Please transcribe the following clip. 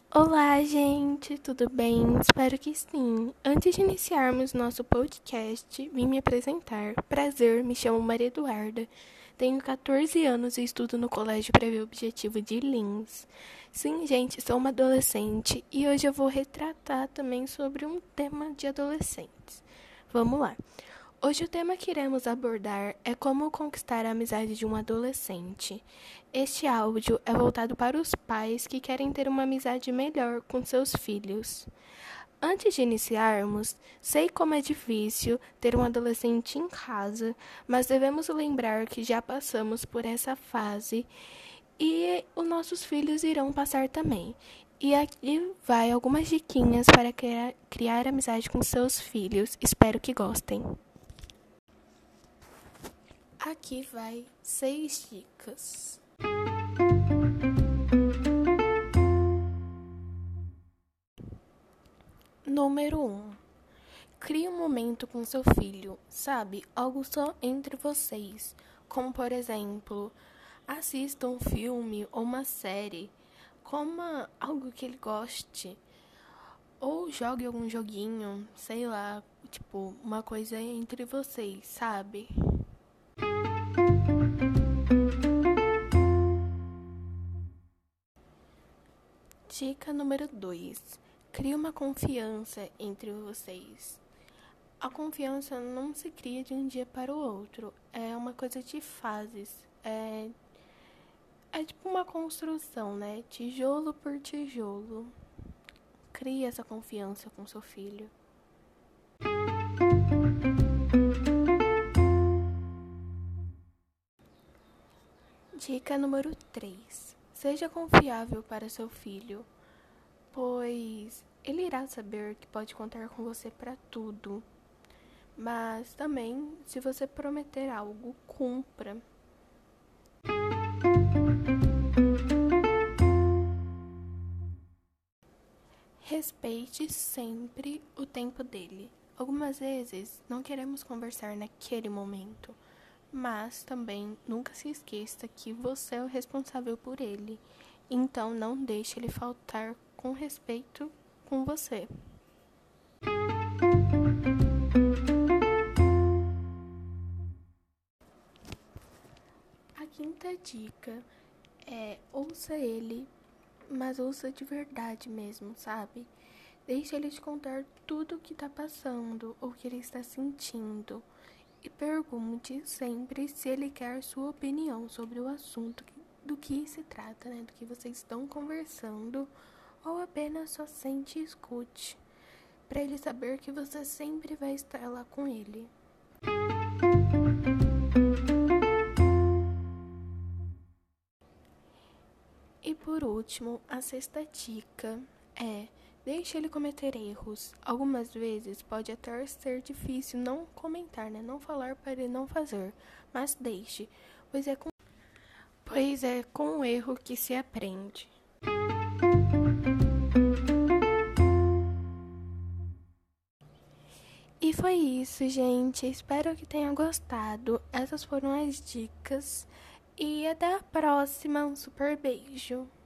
Olá, gente, tudo bem? Espero que sim. Antes de iniciarmos nosso podcast, vim me apresentar. Prazer, me chamo Maria Eduarda. Tenho 14 anos e estudo no Colégio Prevê Objetivo de Lins. Sim, gente, sou uma adolescente e hoje eu vou retratar também sobre um tema de adolescentes. Vamos lá. Hoje o tema que iremos abordar é como conquistar a amizade de um adolescente. Este áudio é voltado para os pais que querem ter uma amizade melhor com seus filhos. Antes de iniciarmos, sei como é difícil ter um adolescente em casa, mas devemos lembrar que já passamos por essa fase e os nossos filhos irão passar também. E aqui vai algumas diquinhas para criar amizade com seus filhos. Espero que gostem. Aqui vai 6 dicas. Número 1. Crie um momento com seu filho, sabe? Algo só entre vocês. Como, por exemplo, assista um filme ou uma série. Coma algo que ele goste. Ou jogue algum joguinho, sei lá, tipo, uma coisa entre vocês, sabe? Dica número 2. Crie uma confiança entre vocês. A confiança não se cria de um dia para o outro. É uma coisa de fases. É tipo uma construção, né? Tijolo por tijolo. Crie essa confiança com seu filho. Dica número 3. Seja confiável para seu filho, pois ele irá saber que pode contar com você para tudo. Mas também, se você prometer algo, cumpra. Respeite sempre o tempo dele. Algumas vezes não queremos conversar naquele momento, mas também nunca se esqueça que você é o responsável por ele. Então não deixe ele faltar com respeito com você. A quinta dica é ouça ele, mas ouça de verdade mesmo, sabe? Deixe ele te contar tudo o que está passando ou o que ele está sentindo. E pergunte sempre se ele quer sua opinião sobre o assunto do que se trata, né? Do que vocês estão conversando, ou apenas só sente e escute, para ele saber que você sempre vai estar lá com ele. E por último, a sexta dica é: deixe ele cometer erros. Algumas vezes pode até ser difícil não comentar, né? Não falar para ele não fazer, mas deixe, pois é com o erro que se aprende. E foi isso, gente. Espero que tenham gostado. Essas foram as dicas. E até a próxima. Um super beijo.